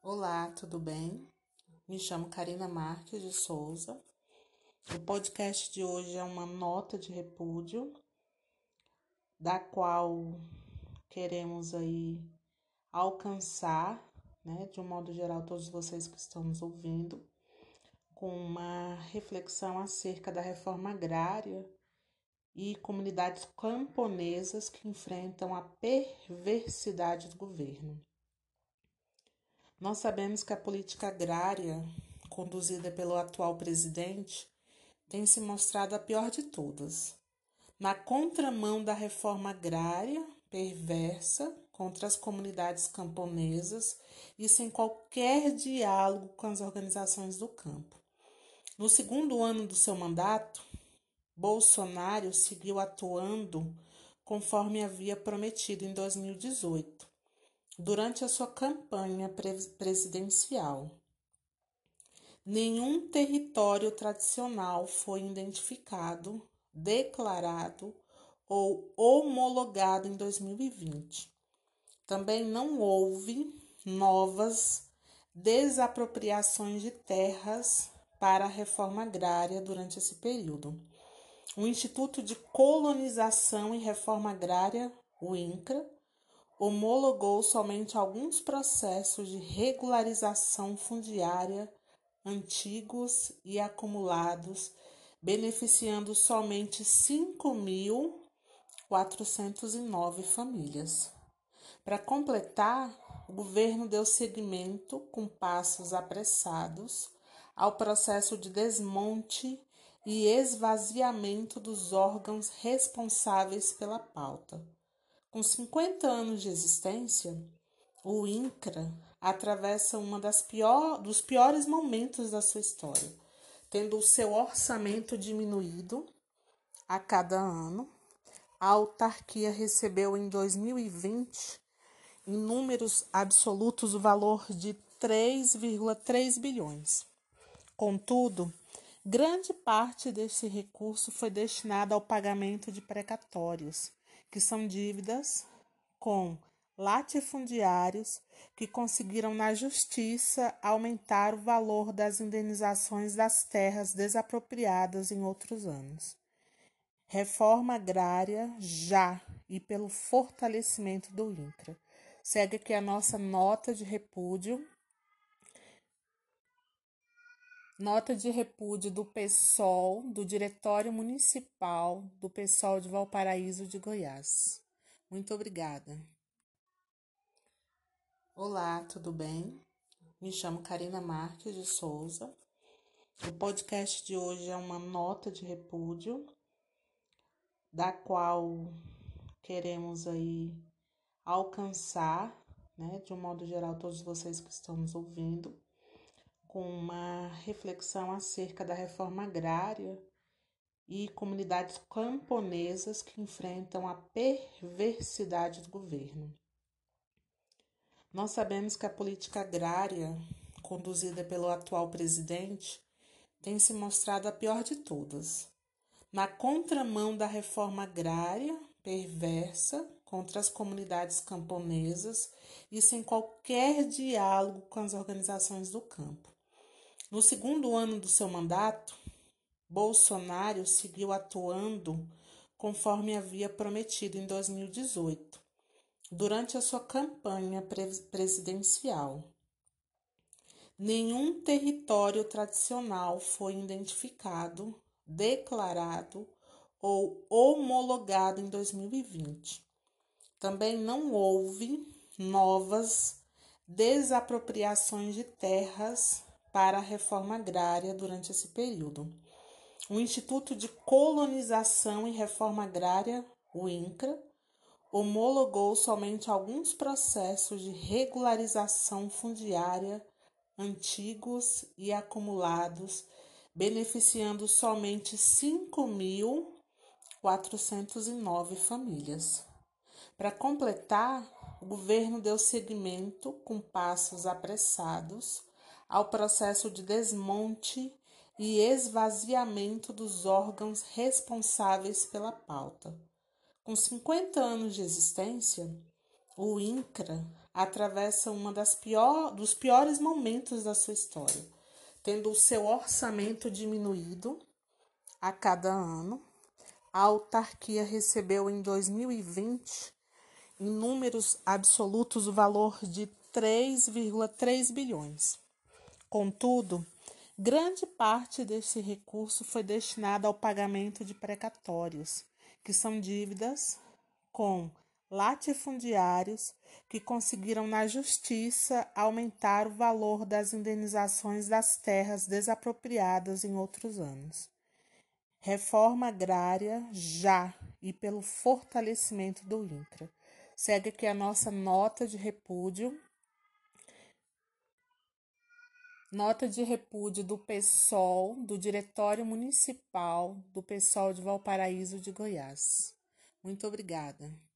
Olá, tudo bem? Me chamo Karina Marques de Souza. O podcast de hoje é uma nota de repúdio, da qual queremos aí alcançar, de um modo geral, todos vocês que estão nos ouvindo, com uma reflexão acerca da reforma agrária e comunidades camponesas que enfrentam a perversidade do governo. Nós sabemos que a política agrária, conduzida pelo atual presidente, tem se mostrado a pior de todas. Na contramão da reforma agrária perversa contra as comunidades camponesas e sem qualquer diálogo com as organizações do campo. No segundo ano do seu mandato, Bolsonaro seguiu atuando conforme havia prometido em 2018, durante a sua campanha presidencial. Nenhum território tradicional foi identificado, declarado ou homologado em 2020. Também não houve novas desapropriações de terras para a reforma agrária durante esse período. O Instituto de Colonização e Reforma Agrária, o INCRA, homologou somente alguns processos de regularização fundiária antigos e acumulados, beneficiando somente 5.409 famílias. Para completar, o governo deu seguimento com passos apressados ao processo de desmonte e esvaziamento dos órgãos responsáveis pela pauta. Com 50 anos de existência, o INCRA atravessa dos piores momentos da sua história, tendo o seu orçamento diminuído a cada ano. A autarquia recebeu em 2020, em números absolutos, o valor de 3,3 bilhões. Contudo, grande parte desse recurso foi destinado ao pagamento de precatórios, que são dívidas com latifundiários que conseguiram na justiça aumentar o valor das indenizações das terras desapropriadas em outros anos. Reforma agrária já e pelo fortalecimento do INCRA. Segue aqui a nossa nota de repúdio. Nota de repúdio do PSOL, do Diretório Municipal do PSOL de Valparaíso de Goiás. Muito obrigada. Olá, tudo bem? Me chamo Karina Marques de Souza. O podcast de hoje é uma nota de repúdio, da qual queremos aí alcançar, de um modo geral, todos vocês que estão nos ouvindo, com uma reflexão acerca da reforma agrária e comunidades camponesas que enfrentam a perversidade do governo. Nós sabemos que a política agrária, conduzida pelo atual presidente, tem se mostrado a pior de todas. Na contramão da reforma agrária perversa contra as comunidades camponesas e sem qualquer diálogo com as organizações do campo. No segundo ano do seu mandato, Bolsonaro seguiu atuando conforme havia prometido em 2018, durante a sua campanha presidencial. Nenhum território tradicional foi identificado, declarado ou homologado em 2020. Também não houve novas desapropriações de terras para a reforma agrária durante esse período. O Instituto de Colonização e Reforma Agrária, o INCRA, homologou somente alguns processos de regularização fundiária antigos e acumulados, beneficiando somente 5.409 famílias. Para completar, o governo deu seguimento com passos apressados ao processo de desmonte e esvaziamento dos órgãos responsáveis pela pauta. Com 50 anos de existência, o INCRA atravessa dos piores momentos da sua história, tendo o seu orçamento diminuído a cada ano. A autarquia recebeu em 2020, em números absolutos, o valor de 3,3 bilhões. Contudo, grande parte desse recurso foi destinado ao pagamento de precatórios, que são dívidas com latifundiários que conseguiram na justiça aumentar o valor das indenizações das terras desapropriadas em outros anos. Reforma agrária já e pelo fortalecimento do INCRA. Segue aqui a nossa nota de repúdio do PSOL, do Diretório Municipal do PSOL de Valparaíso de Goiás. Muito obrigada.